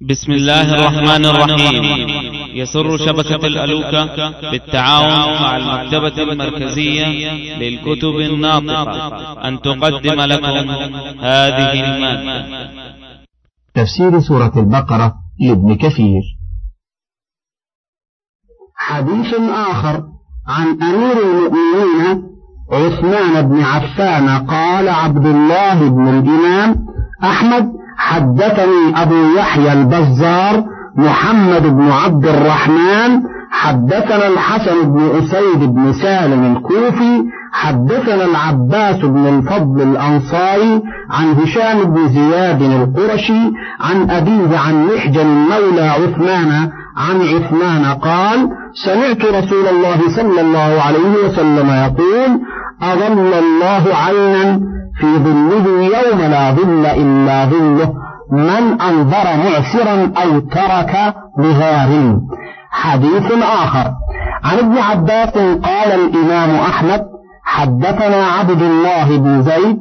بسم الله الرحمن الرحيم. يسر شبكة الألوكة بالتعاون مع المكتبة المركزية للكتب الناطقة أن تقدم لكم هذه المادة. تفسير سورة البقرة لابن كثير. حديث آخر عن أمير المؤمنين عثمان بن عفان قال عبد الله بن الإمام أحمد حدثني أبو يحيى البزار محمد بن عبد الرحمن حدثنا الحسن بن أسيد بن سالم الكوفي حدثنا العباس بن الفضل الأنصاري عن هشام بن زياد القرشي عن أبيه عن محجن مولى عثمان عن عثمان قال سمعت رسول الله صلى الله عليه وسلم يقول أظل الله عينا في ظله يوم لا ظل إلا ظله من أنظر معسرا أو ترك بغار. حديث آخر عن ابن عباس قال الإمام أحمد حدثنا عبد الله بن زيد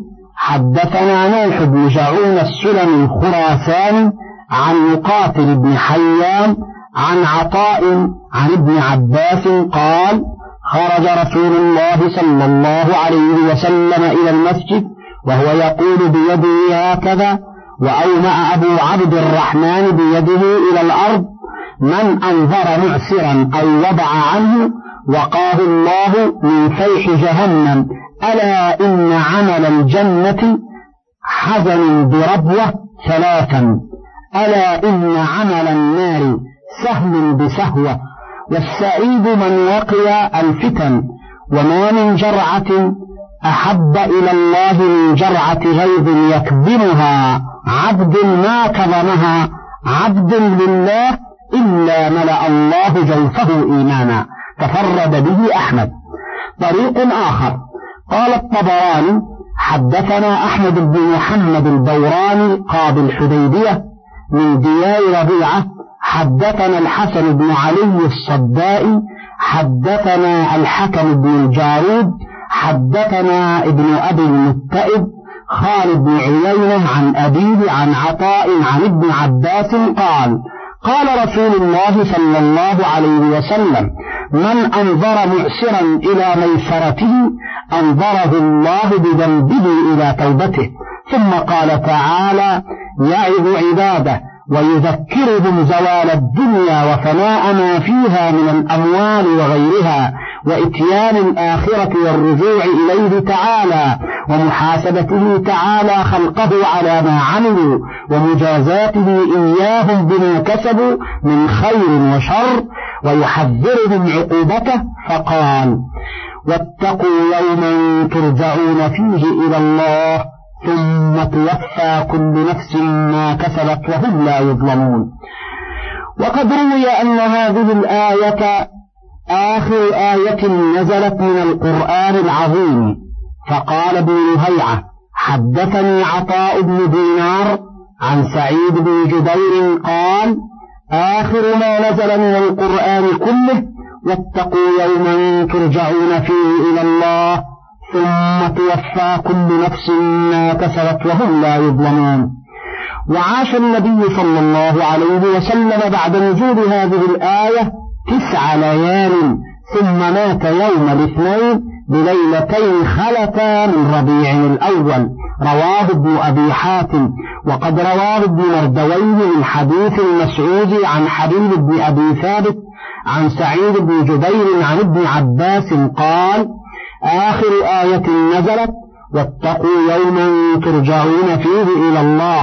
حدثنا نوح بن جعون السلمي الخراساني عن مقاتل بن حيان عن عطاء عن ابن عباس قال خرج رسول الله صلى الله عليه وسلم إلى المسجد وهو يقول بيده هكذا وأومأ أبو عبد الرحمن بيده إلى الأرض من أنظر معسرا أو وضع عنه وقاه الله من فيح جهنم ألا إن عمل الجنة حزن بربوة ثلاثا ألا إن عمل النار سهل بسهوة والسعيد من وقي الفتن وما من جرعة أحب إلى الله من جرعة غيظ يكظمها عبد ما كظمها عبد لله إلا ملأ الله جوفه إيمانا. تفرد به أحمد. طريق آخر قال الطبراني حدثنا أحمد بن محمد الدوراني قاضي الحديبية من ديار ربيعة حدثنا الحسن بن علي الصدائي حدثنا الحكم بن الجارود حدثنا ابن أبي المتئب خالد بن عيينة عن أبيه عن عطاء عن ابن عباس قال قال رسول الله صلى الله عليه وسلم من أنظر معسرا إلى ميسرته أنظره الله بذنبه إلى توبته. ثم قال تعالى يعظ عباده ويذكرهم زوال الدنيا وفناء ما فيها من الأموال وغيرها وإتيان الآخرة والرجوع إليه تعالى ومحاسبته تعالى خلقه على ما عملوا ومجازاته إياهم بما كسبوا من خير وشر ويحذرهم عقوبته. فقال واتقوا يوما ترجعون فيه إلى الله ثم توفى كل نفس ما كسبت وهم لا يظلمون. وقد روي أن هذه الآية آخر آية نزلت من القرآن العظيم. فقال ابن لهيعة حدثني عطاء بن دينار عن سعيد بن جبير قال آخر ما نزل من القرآن كله واتقوا يوما ترجعون فيه إلى الله ثم توفى كل نفس ما كسبت وهم لا يظلمون. وعاش النبي صلى الله عليه وسلم بعد نزول هذه الآية 9 ليال ثم مات يوم الاثنين بليلتين خلتا من ربيع الأول. رواه ابن أبي حاتم. وقد رواه ابن مردويه من حديث المسعودي عن حبيب بن أبي ثابت عن سعيد بن جبير عن ابن عباس قال آخر آية نزلت واتقوا يوما ترجعون فيه إلى الله.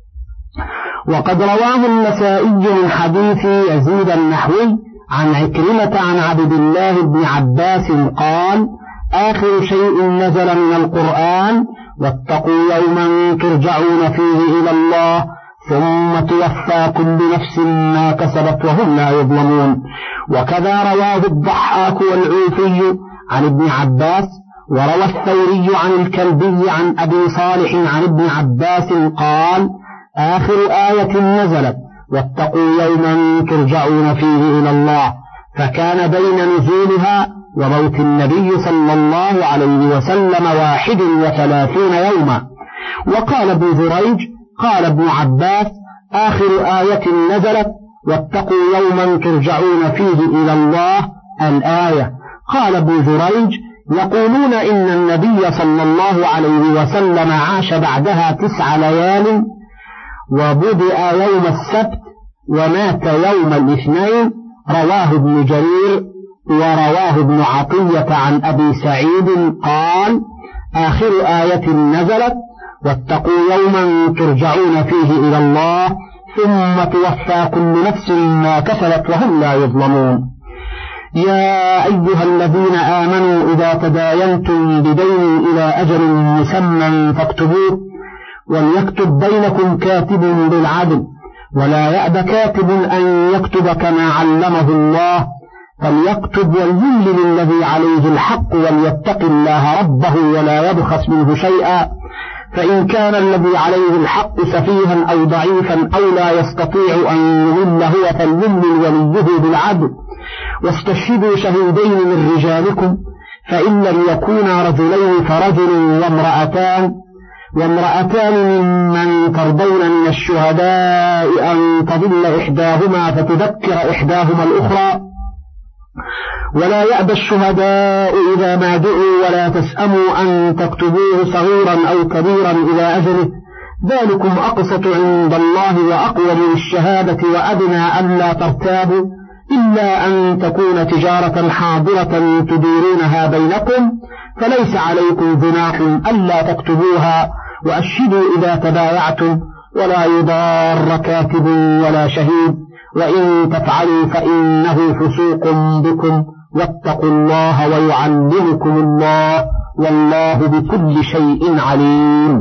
وقد رواه النسائي من حديث يزيد النحوي عن عكرمة عن عبد الله بن عباس قال آخر شيء نزل من القرآن واتقوا يوما ترجعون فيه إلى الله ثم توفى كل نفس ما كسبت وهم لا يظلمون. وكذا رواه الضحاك والعوفي عن ابن عباس. وروى الثوري عن الكلبي عن أبي صالح عن ابن عباس قال آخر آية نزلت واتقوا يوما ترجعون فيه إلى الله. فكان بين نزولها وموت النبي صلى الله عليه وسلم 31 يوما. وقال ابن جريج قال ابن عباس آخر آية نزلت واتقوا يوما ترجعون فيه إلى الله الآية. قال ابو جريج: يقولون إن النبي صلى الله عليه وسلم عاش بعدها 9 ليال، وبدأ يوم السبت ومات يوم الاثنين. رواه ابن جرير ورواه ابن عطية عن أبي سعيد قال: آخر آية نزلت واتقوا يوما ترجعون فيه إلى الله ثم توفى كل نفس ما كسبت وهم لا يظلمون. يا أيها الذين آمنوا إذا تداينتم بدين إلى أجل مسمى فاكتبوه، وليكتب بينكم كاتب بالعدل، ولا يأب كاتب أن يكتب كما علمه الله، فليكتب وليملل الذي عليه الحق وليتق الله ربه ولا يبخس منه شيئا، فإن كان الذي عليه الحق سفيها أو ضعيفا أو لا يستطيع أن يمل هو فليملل وليه بالعدل، واستشهدوا شهيدين من رجالكم، فإن لم يكونا رجلين فرجل وامرأتان ممن ترضون من الشهداء أن تضل إحداهما فتذكر إحداهما الأخرى، ولا يأبى الشهداء إذا ما دعوا ولا تسأموا أن تكتبوه صغيرا أو كبيرا إلى أجله، ذلكم أقسط عند الله وأقوم للشهادة وأدنى ألا ترتابوا، إلا أن تكون تجارة حاضرة تديرونها بينكم، فليس عليكم جناح ألا تكتبوها، وأشهدوا إذا تبايعتم، ولا يضار كاتب ولا شهيد، وإن تفعلوا فإنه فسوق بكم، واتقوا الله ويعلمكم الله، والله بكل شيء عليم.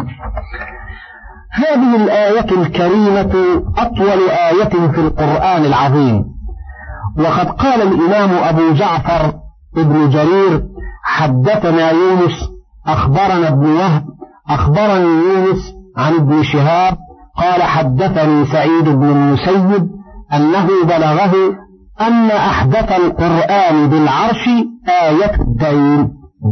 هذه الآية الكريمة أطول آية في القرآن العظيم. وقد قال الإمام أبو جعفر ابن جرير: حدثنا يونس أخبرنا ابن وهب أخبرني يونس عن ابن شهاب قال حدثني سعيد بن المسيب أنه بلغه أن أحدث القرآن بالعرش آية الدين.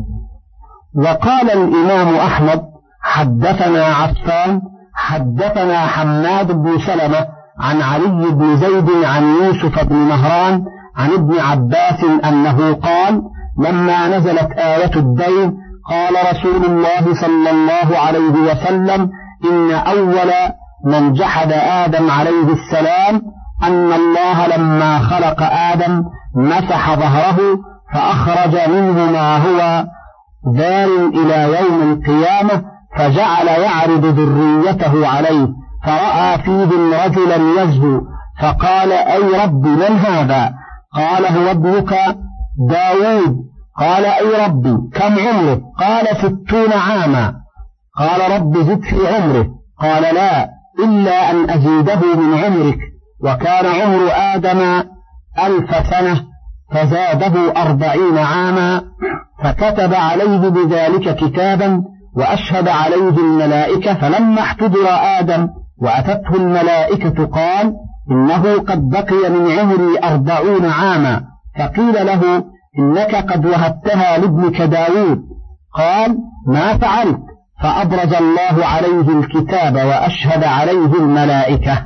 وقال الإمام أحمد: حدثنا عفان حدثنا حماد بن سلمة عن علي بن زيد عن يوسف بن مهران عن ابن عباس أنه قال: لما نزلت آية الدين قال رسول الله صلى الله عليه وسلم: إن أول من جحد آدم عليه السلام أن الله لما خلق آدم مسح ظهره فأخرج منه ما هو دار إلى يوم القيامة، فجعل يعرض ذريته عليه، فرأى فيهم رجلا يزهو، فقال: أي رب من هذا؟ قال: هو ابنك داود. قال: أي ربي كم عمره؟ قال: 60 عاما. قال: رب زد في عمره. قال: لا، إلا أن أزيده من عمرك. وكان عمر آدم 1000 سنة فزاده 40 عاما، فكتب عليه بذلك كتابا وأشهد عليه الملائكة. فلما احتضر آدم وأتته الملائكة قال: إنه قد بقي من عمري 40 عاما. فقيل له: إنك قد وهبتها لابنك داود. قال: ما فعلت؟ فأبرز الله عليه الكتاب وأشهد عليه الملائكة.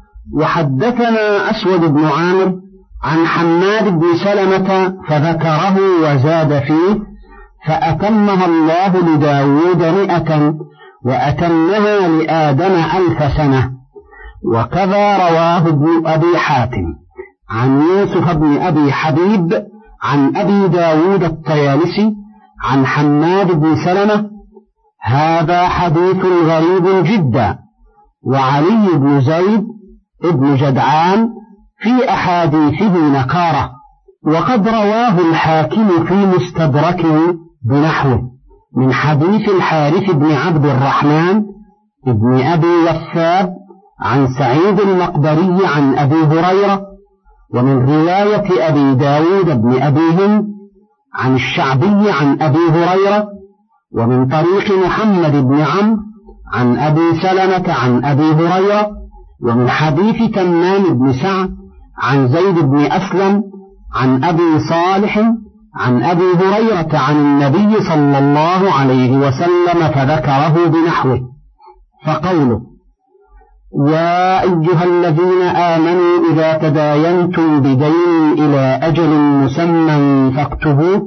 وحدثنا أسود بن عامر عن حماد بن سلمة فذكره وزاد فيه: فأتمها الله لداود 100 وأتمها لآدم 1000 سنة. وكذا رواه ابن أبي حاتم عن يوسف بن أبي حبيب عن أبي داود الطيالسي عن حماد بن سلمة. هذا حديث غريب جدا. وعلي بن زيد ابن جدعان في أحاديثه نكارة، وقد رواه الحاكم في مستدركه بنحوه من حديث الحارث بن عبد الرحمن ابن أبي وثاب عن سعيد المقبري عن أبي هريرة، ومن رواية أبي داود بن أبي هند عن الشعبي عن أبي هريرة، ومن طريق محمد بن عمرو عن أبي سلمة عن أبي هريرة، ومن حديث تمام بن سعد عن زيد بن أسلم عن أبي صالح عن أبي هريرة عن النبي صلى الله عليه وسلم فذكره بنحوه. فقوله: يا أيها الذين آمنوا إذا تداينتم بدين إلى أجل مسمى فاكتبوه.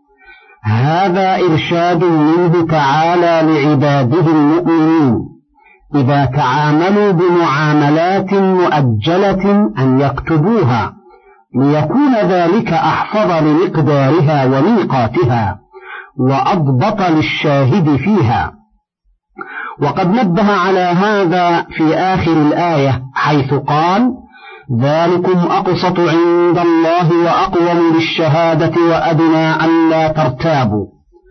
هذا إرشاد منه تعالى لعباده المؤمنين إذا تعاملوا بمعاملات مؤجلة أن يكتبوها ليكون ذلك أحفظ لمقدارها وميقاتها وأضبط للشاهد فيها. وقد نبه على هذا في آخر الآية حيث قال: ذلكم أقسط عند الله وأقوم للشهادة وأدنى ألا ترتابوا.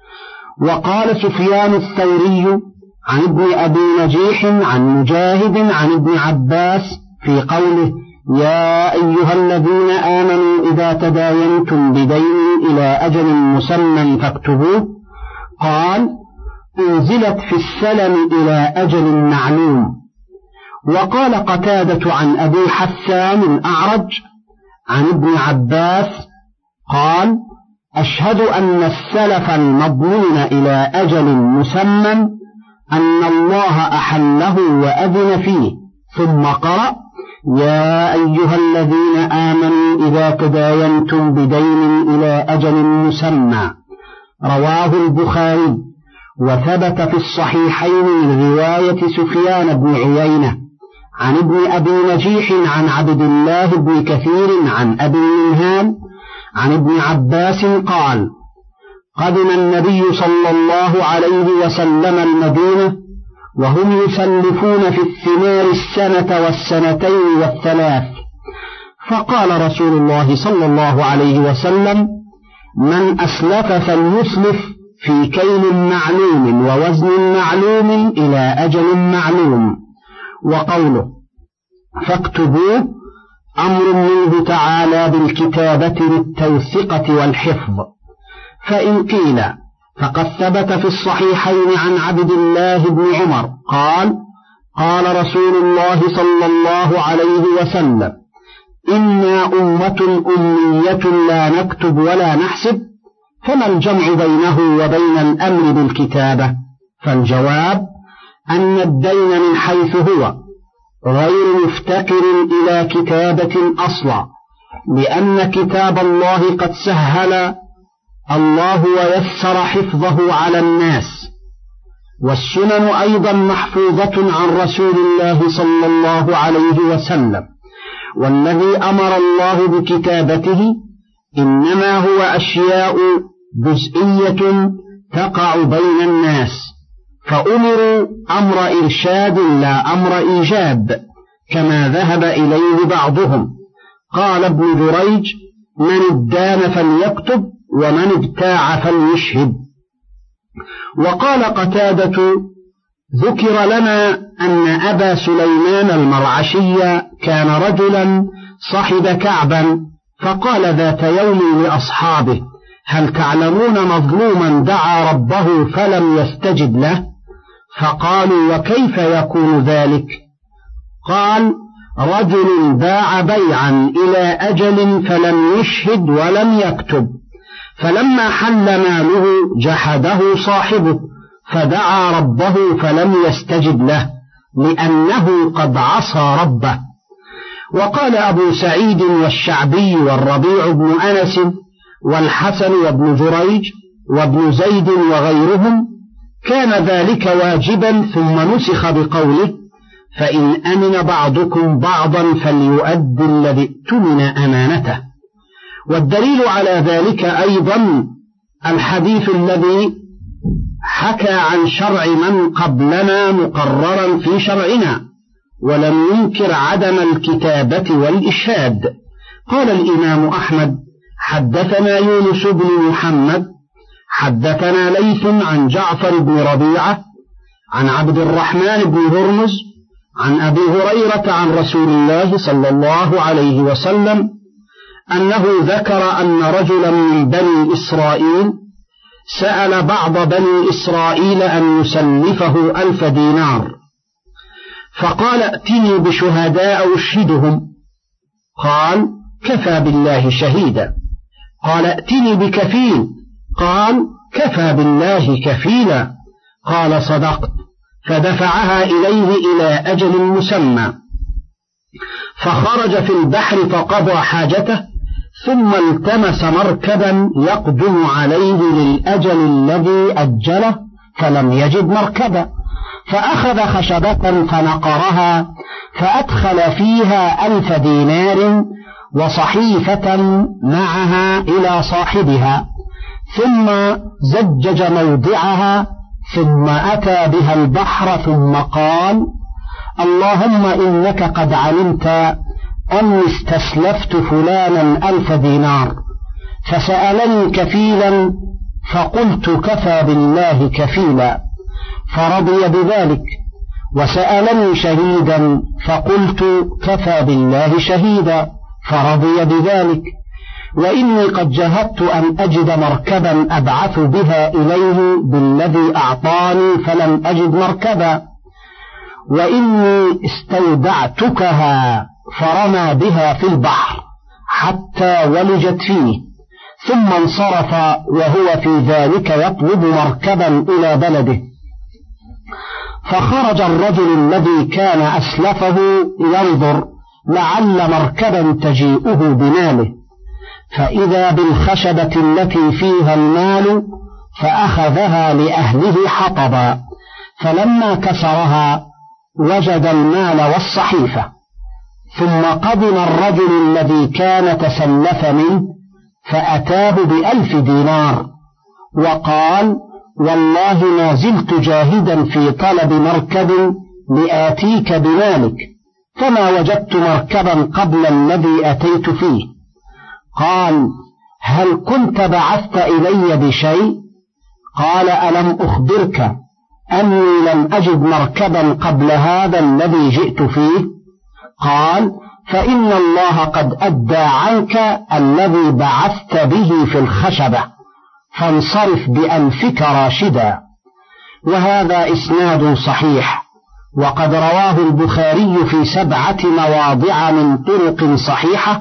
وقال سفيان الثوري عن ابن أبي نجيح عن مجاهد عن ابن عباس في قوله: يا أيها الذين آمنوا إذا تداينتم بدين إلى أجل مسمى فاكتبوه، قال: أنزلت في السلم إلى أجل معلوم. وقال قتادة عن أبي حسان الأعرج عن ابن عباس قال: أشهد أن السلف المضمون إلى أجل مسمى أن الله أحله وأذن فيه، ثم قرأ: يا أيها الذين آمنوا إذا تداينتم بدين إلى أجل مسمى. رواه البخاري. وثبت في الصحيحين من رواية سفيان بن عيينة عن ابن أبي نجيح عن عبد الله بن كثير عن أبي المنهال عن ابن عباس قال: قدم النبي صلى الله عليه وسلم المدينة وهم يسلفون في الثمار السنة والسنتين والثلاث، فقال رسول الله صلى الله عليه وسلم: من أسلف فليسلف في كيل معلوم ووزن معلوم إلى أجل معلوم. وقوله فاكتبوه أمر منه تعالى بالكتابة للتوثقة والحفظ. فإن قيل فقد ثبت في الصحيحين عن عبد الله بن عمر قال: قال رسول الله صلى الله عليه وسلم: إنا أمة أمية لا نكتب ولا نحسب، فما الجمع بينه وبين الأمر بالكتابة؟ فالجواب أن الدين من حيث هو غير مفتقر إلى كتابة أصلا، لأن كتاب الله قد سهل الله ويسر حفظه على الناس، والسنن أيضا محفوظة عن رسول الله صلى الله عليه وسلم، والذي أمر الله بكتابته إنما هو أشياء جزئية تقع بين الناس، فأمروا أمر إرشاد لا أمر إيجاب كما ذهب إليه بعضهم. قال ابن جريج: من ادان فليكتب ومن ابتاع فليشهد. وقال قتادة: ذكر لنا أن أبا سليمان المرعشي كان رجلا صحب كعبا، فقال ذات يوم لأصحابه: هل تعلمون مظلوما دعا ربه فلم يستجب له؟ فقالوا: وكيف يكون ذلك؟ قال: رجل باع بيعا إلى أجل فلم يشهد ولم يكتب، فلما حل ماله جحده صاحبه فدعا ربه فلم يستجب له لأنه قد عصى ربه. وقال أبو سعيد والشعبي والربيع بن أنس والحسن وابن جريج وابن زيد وغيرهم: كان ذلك واجبا ثم نسخ بقوله: فإن أمن بعضكم بعضا فليؤد الذي اؤتمن أمانته. والدليل على ذلك أيضا الحديث الذي حكى عن شرع من قبلنا مقررا في شرعنا ولم ينكر عدم الكتابة والإشهاد. قال الإمام أحمد: حدثنا يونس بن محمد حدثنا ليث عن جعفر بن ربيعة عن عبد الرحمن بن هرمز عن أبي هريرة عن رسول الله صلى الله عليه وسلم أنه ذكر أن رجلا من بني إسرائيل سأل بعض بني إسرائيل أن يسلفه 1000 دينار، فقال: ائتني بشهداء أشهدهم. قال: كفى بالله شهيدا. قال: ائتني بكفيل. قال: كفى بالله كفيلا. قال: صدقت. فدفعها إليه إلى أجل مسمى، فخرج في البحر فقضى حاجته، ثم التمس مركبا يقدم عليه للأجل الذي أجله فلم يجد مركبا، فأخذ خشبة فنقرها فأدخل فيها 1000 دينار وصحيفة معها إلى صاحبها، ثم زجج موضعها، ثم أتى بها البحر، ثم قال: اللهم إنك قد علمت أني استسلفت فلانا 1000 دينار، فسألني كفيلا فقلت كفى بالله كفيلا فرضي بذلك، وسألني شهيدا فقلت كفى بالله شهيدا فرضي بذلك، وإني قد جهدت أن أجد مركبا أبعث بها إليه بالذي أعطاني فلم أجد مركبا، وإني استودعتكها، فرمى بها في البحر حتى ولجت فيه، ثم انصرف وهو في ذلك يطلب مركبا إلى بلده. فخرج الرجل الذي كان أسلفه ينظر لعل مركبا تجيئه بماله، فإذا بالخشبة التي فيها المال، فأخذها لأهله حطبا، فلما كسرها وجد المال والصحيفة، ثم قدم الرجل الذي كان تسلف منه فأتاه ب1000 دينار، وقال: والله ما زلت جاهدا في طلب مركب لآتيك بمالك، فما وجدت مركبا قبل الذي أتيت فيه. قال: هل كنت بعثت إلي بشيء؟ قال: ألم أخبرك أني لم أجد مركبا قبل هذا الذي جئت فيه؟ قال: فإن الله قد أدى عنك الذي بعثت به في الخشبة، فانصرف بأنفك راشدا. وهذا إسناد صحيح، وقد رواه البخاري في 7 مواضع من طرق صحيحة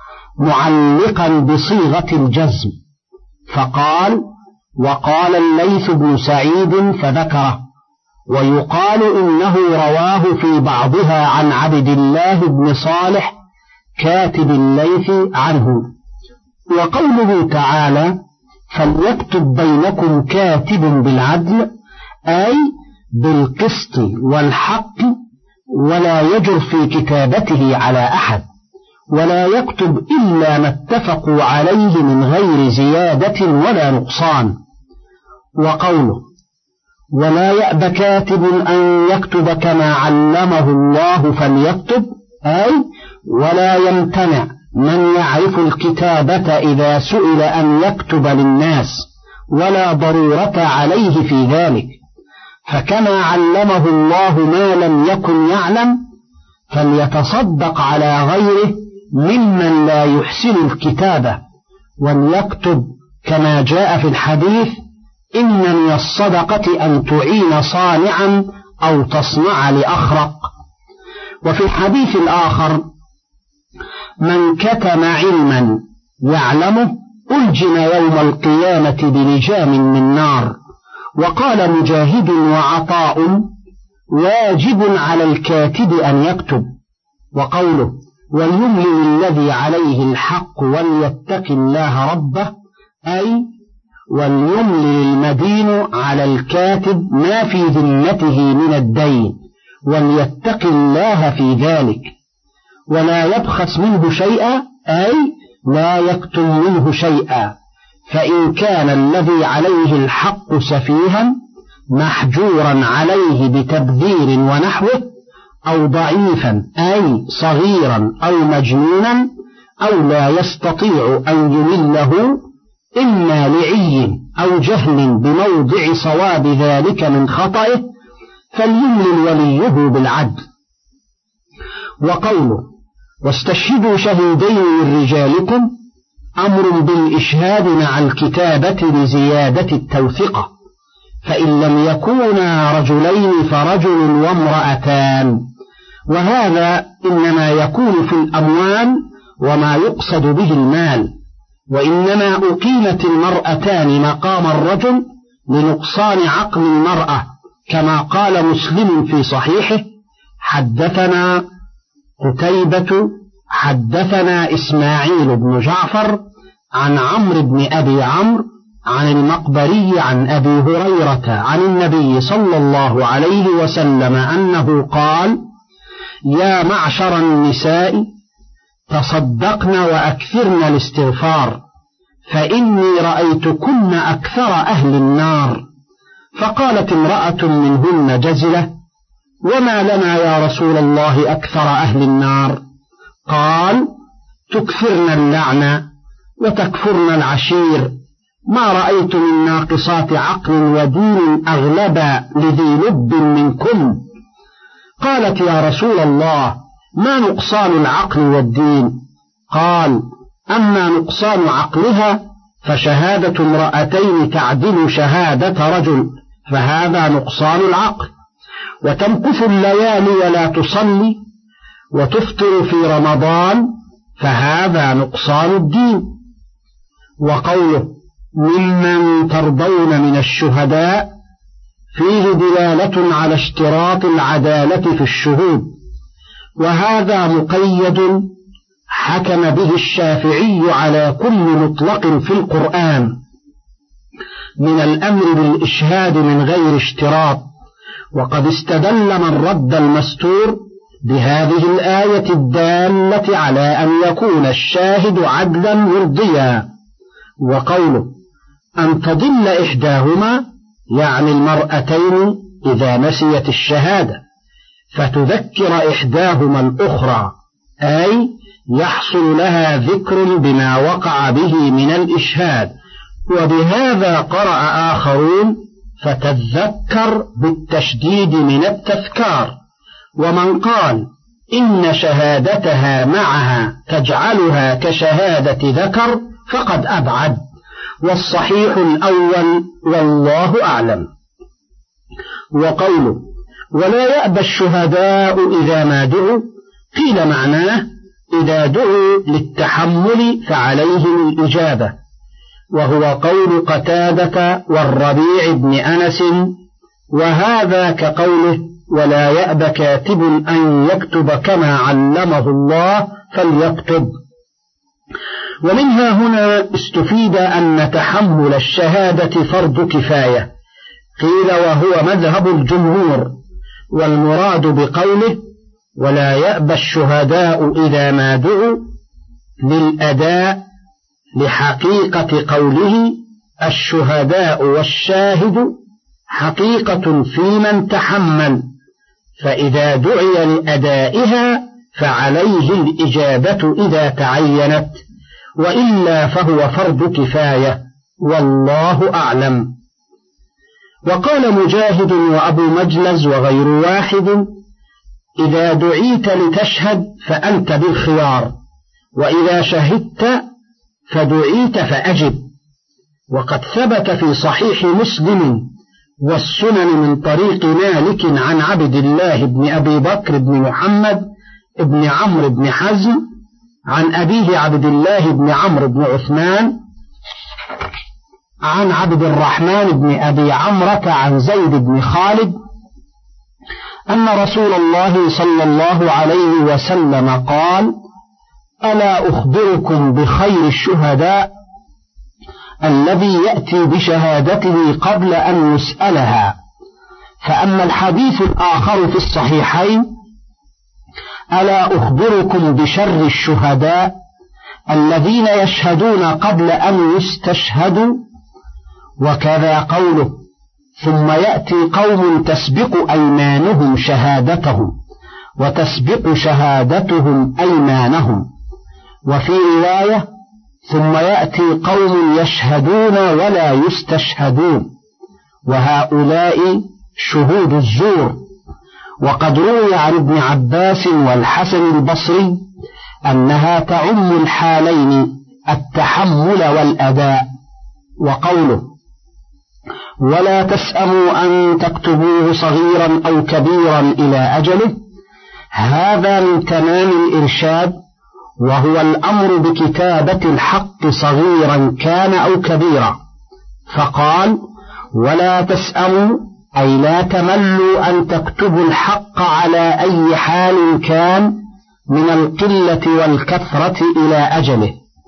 معلقا بصيغة الجزم، فقال: وقال الليث بن سعيد فذكره، ويقال إنه رواه في بعضها عن عبد الله بن صالح كاتب الليث عنه. وقوله تعالى: فليكتب بينكم كاتب بالعدل، أي بالقسط والحق، ولا يجر في كتابته على أحد، ولا يكتب إلا ما اتفقوا عليه من غير زيادة ولا نقصان. وقوله: ولا يأب كاتب أن يكتب كما علمه الله فليكتب، أي ولا يمتنع من يعرف الكتابة إذا سئل أن يكتب للناس، ولا ضرورة عليه في ذلك، فكما علمه الله ما لم يكن يعلم فليتصدق على غيره ممن لا يحسن الكتابة، وليكتب كما جاء في الحديث: إن من الصدقة أن تعين صانعا أو تصنع لأخرق. وفي الحديث الآخر: من كتم علما يعلمه ألجم يوم القيامة بلجام من نار. وقال مجاهد وعطاء: واجب على الكاتب أن يكتب. وقوله: وليملل الذي عليه الحق وليتق الله ربه، أي وليملل المدين على الكاتب ما في ذمته من الدين، وليتق الله في ذلك، ولا يبخس منه شيئا، أي لا يكتم منه شيئا، فإن كان الذي عليه الحق سفيها محجورا عليه بتبذير ونحوه، أو ضعيفا أي صغيرا أو مجنونا، أو لا يستطيع أن يمله إما لعي أو جهل بموضع صواب ذلك من خطئه، فليملل وليه بالعدل. وقوله: واستشهدوا شهيدين من رجالكم، أمر بالإشهاد مع الكتابة لزيادة التوثقة، فإن لم يكونا رجلين فرجل وامرأتان، وهذا إنما يكون في الأموال وما يقصد به المال، وإنما أقيمت المرأتان مقام الرجل لنقصان عقل المرأة، كما قال مسلم في صحيحه: حدثنا قتيبة حدثنا إسماعيل بن جعفر عن عمرو بن أبي عمرو عن المقبري عن أبي هريرة عن النبي صلى الله عليه وسلم أنه قال: يا معشر النساء تصدقن وأكثرن الاستغفار، فإني رأيتكن أكثر أهل النار. فقالت امرأة منهن جزلة: وما لنا يا رسول الله أكثر أهل النار؟ قال: تكثرن اللعنة وتكفرن العشير، ما رأيت من ناقصات عقل ودين أغلب لذي لب منكم. قالت: يا رسول الله، ما نقصان العقل والدين؟ قال: أما نقصان عقلها فشهادة امرأتين تعدل شهادة رجل، فهذا نقصان العقل. وتمكث الليالي ولا تصلي وتفطر في رمضان، فهذا نقصان الدين. وقوله: ممن ترضون من الشهداء، فيه دلالة على اشتراط العدالة في الشهود، وهذا مقيد حكم به الشافعي على كل مطلق في القرآن من الأمر بالإشهاد من غير اشتراط. وقد استدل من رد المستور بهذه الآية الدالة على أن يكون الشاهد عدلا مرضيا. وقوله: أن تضل إحداهما، يعني المرأتين إذا نسيت الشهادة فتذكر إحداهما الأخرى، أي يحصل لها ذكر بما وقع به من الإشهاد. وبهذا قرأ آخرون: فتذكر بالتشديد من التذكار. ومن قال إن شهادتها معها تجعلها كشهادة ذكر فقد أبعد، والصحيح الأول والله أعلم. وقوله: ولا يأبى الشهداء إذا ما دعوا، قيل معناه إذا دعوا للتحمل فعليهم الإجابة، وهو قول قتادة والربيع بن أنس، وهذا كقوله: ولا يأبى كاتب أن يكتب كما علمه الله فليكتب. ومنها هنا استفيد أن تحمل الشهادة فرض كفاية، قيل وهو مذهب الجمهور، والمراد بقوله ولا يأبى الشهداء إذا ما دعوا للأداء لحقيقة قوله الشهداء والشاهد حقيقة في من تحمل، فإذا دعي لأدائها فعليه الإجابة إذا تعينت، وإلا فهو فرض كفاية، والله أعلم. وقال مجاهد وأبو مجلز وغير واحد: إذا دعيت لتشهد فأنت بالخيار، وإذا شهدت فدعيت فأجب. وقد ثبت في صحيح مسلم والسنن من طريق مالك عن عبد الله بن أبي بكر بن محمد بن عمرو بن حزم عن أبيه عبد الله بن عمرو بن عثمان عن عبد الرحمن بن أبي عمرة عن زيد بن خالد أن رسول الله صلى الله عليه وسلم قال: ألا أخبركم بخير الشهداء الذي يأتي بشهادته قبل أن يسألها. فأما الحديث الآخر في الصحيحين: ألا أخبركم بشر الشهداء الذين يشهدون قبل أن يستشهدوا، وكذا قوله: ثم يأتي قوم تسبق أيمانهم شهادتهم وتسبق شهادتهم أيمانهم. وفي رواية: ثم يأتي قوم يشهدون ولا يستشهدون، وهؤلاء شهود الزور. وقد روي عن ابن عباس والحسن البصري أنها تعم الحالين، التحمل والأداء. وقوله: ولا تسأموا أن تكتبوه صغيرا أو كبيرا إلى أجله، هذا من تمام الإرشاد، وهو الأمر بكتابة الحق صغيرا كان أو كبيرا. فقال: ولا تسأموا أي لا تملوا أن تكتبوا الحق على أي حال كان من القلة والكثرة إلى أجله.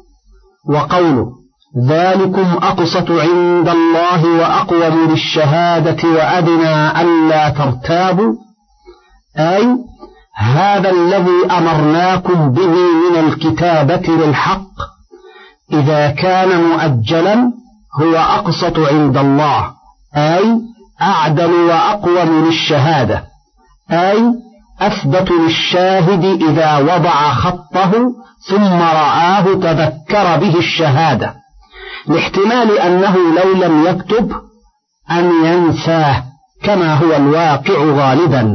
وقوله ذلكم أقسط عند الله وأقوم للشهادة وأدنى ألا ترتابوا، أي هذا الذي أمرناكم به من الكتابة للحق إذا كان مؤجلا هو أقسط عند الله، أي أعدل وأقوم للشهادة، أي أثبت للشاهد إذا وضع خطه ثم رآه تذكر به الشهادة، لاحتمال أنه لو لم يكتب أن ينساه كما هو الواقع غالبا.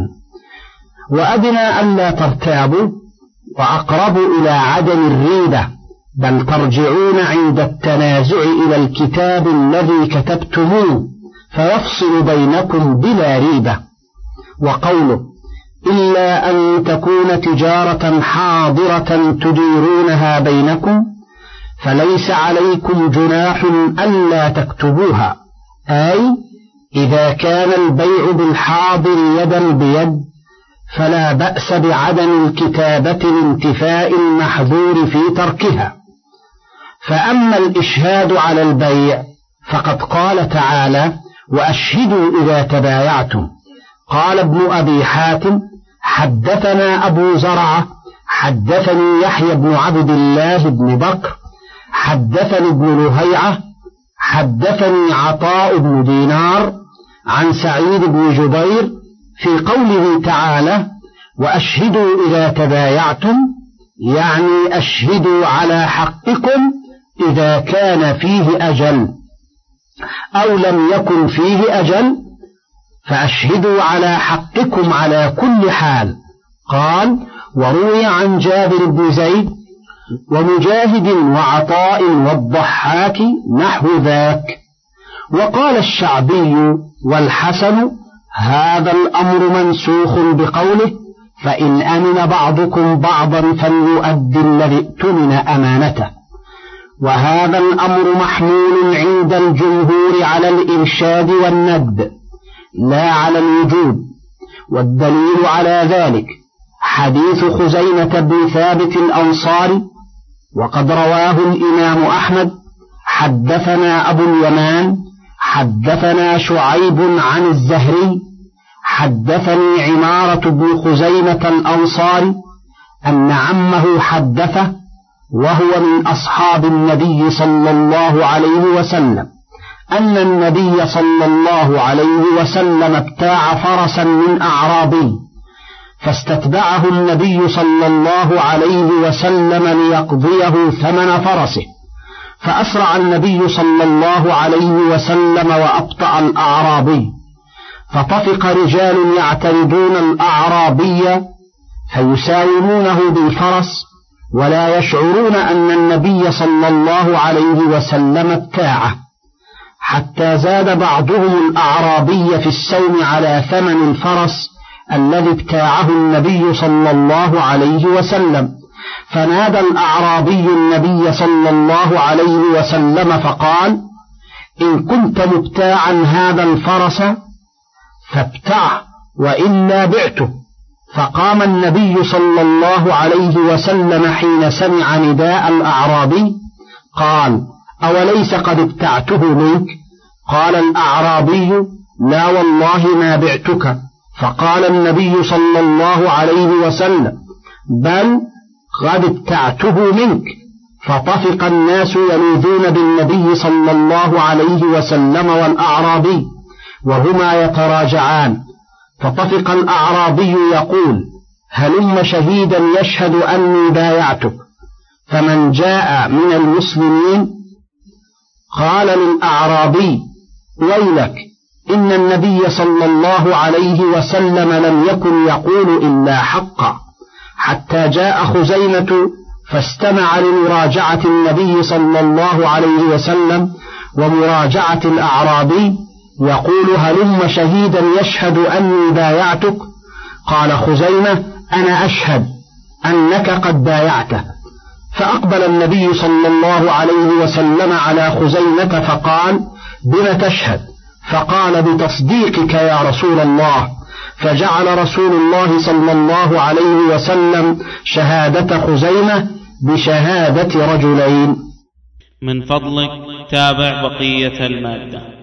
وأدنى ألا ترتابوا وأقرب إلى عدم الريبة، بل ترجعون عند التنازع إلى الكتاب الذي كتبتموه فيفصل بينكم بلا ريبة. وقوله إلا أن تكون تجارة حاضرة تديرونها بينكم فليس عليكم جناح ألا تكتبوها، أي إذا كان البيع بالحاضر يدا بيد فلا بأس بعدم الكتابة لانتفاء المحذور في تركها. فأما الإشهاد على البيع فقد قال تعالى وأشهدوا إذا تبايعتم. قال ابن أبي حاتم حدثنا أبو زرعة حدثني يحيى بن عبد الله بن بكر حدثني ابن لهيعة حدثني عطاء بن دينار عن سعيد بن جبير في قوله تعالى وأشهدوا إذا تبايعتم، يعني أشهدوا على حقكم إذا كان فيه أجل، أو لم يكن فيه أجل فأشهدوا على حقكم على كل حال. قال وروي عن جابر بن زيد ومجاهد وعطاء والضحاك نحو ذاك. وقال الشعبي والحسن هذا الأمر منسوخ بقوله فإن أمن بعضكم بعضا فليؤدي الذي اؤتمن أمانته. وهذا الأمر محمول عند الجمهور على الإرشاد والندب لا على الوجوب، والدليل على ذلك حديث خزيمة بن ثابت الأنصاري، وقد رواه الإمام أحمد حدثنا أبو اليمان حدثنا شعيب عن الزهري حدثني عمارة بن خزيمة الأنصاري أن عمه حدثه وهو من أصحاب النبي صلى الله عليه وسلم أن النبي صلى الله عليه وسلم ابتاع فرسا من أعرابي، فاستتبعه النبي صلى الله عليه وسلم ليقضيه ثمن فرسه، فأسرع النبي صلى الله عليه وسلم وأبطأ الأعرابي، فطفق رجال يعترضون الأعرابي فيساومونه بالفرس ولا يشعرون أن النبي صلى الله عليه وسلم ابتاعه، حتى زاد بعضهم الأعرابي في السوم على ثمن الفرس الذي ابتاعه النبي صلى الله عليه وسلم، فنادى الأعرابي النبي صلى الله عليه وسلم فقال إن كنت مبتاعا هذا الفرس فابتعه وإلا بعته. فقام النبي صلى الله عليه وسلم حين سمع نداء الأعرابي قال أوليس قد ابتعته منك؟ قال الأعرابي لا والله ما بعتك. فقال النبي صلى الله عليه وسلم بل قد ابتعته منك. فطفق الناس يلوذون بالنبي صلى الله عليه وسلم والأعرابي وهما يتراجعان، فطفق الأعرابي يقول هلم شهيدا يشهد أني بايعتك، فمن جاء من المسلمين؟ قال للأعرابي ويلك إن النبي صلى الله عليه وسلم لم يكن يقول إلا حقا، حتى جاء خزيمة فاستمع لمراجعة النبي صلى الله عليه وسلم ومراجعة الأعرابي يقول هلم شهيدا يشهد أني بايعتك. قال خزيمة أنا أشهد أنك قد بايعته. فأقبل النبي صلى الله عليه وسلم على خزيمة فقال بم تشهد؟ فقال بتصديقك يا رسول الله. فجعل رسول الله صلى الله عليه وسلم شهادة خزيمة بشهادة رجلين. من فضلك تابع بقية المادة.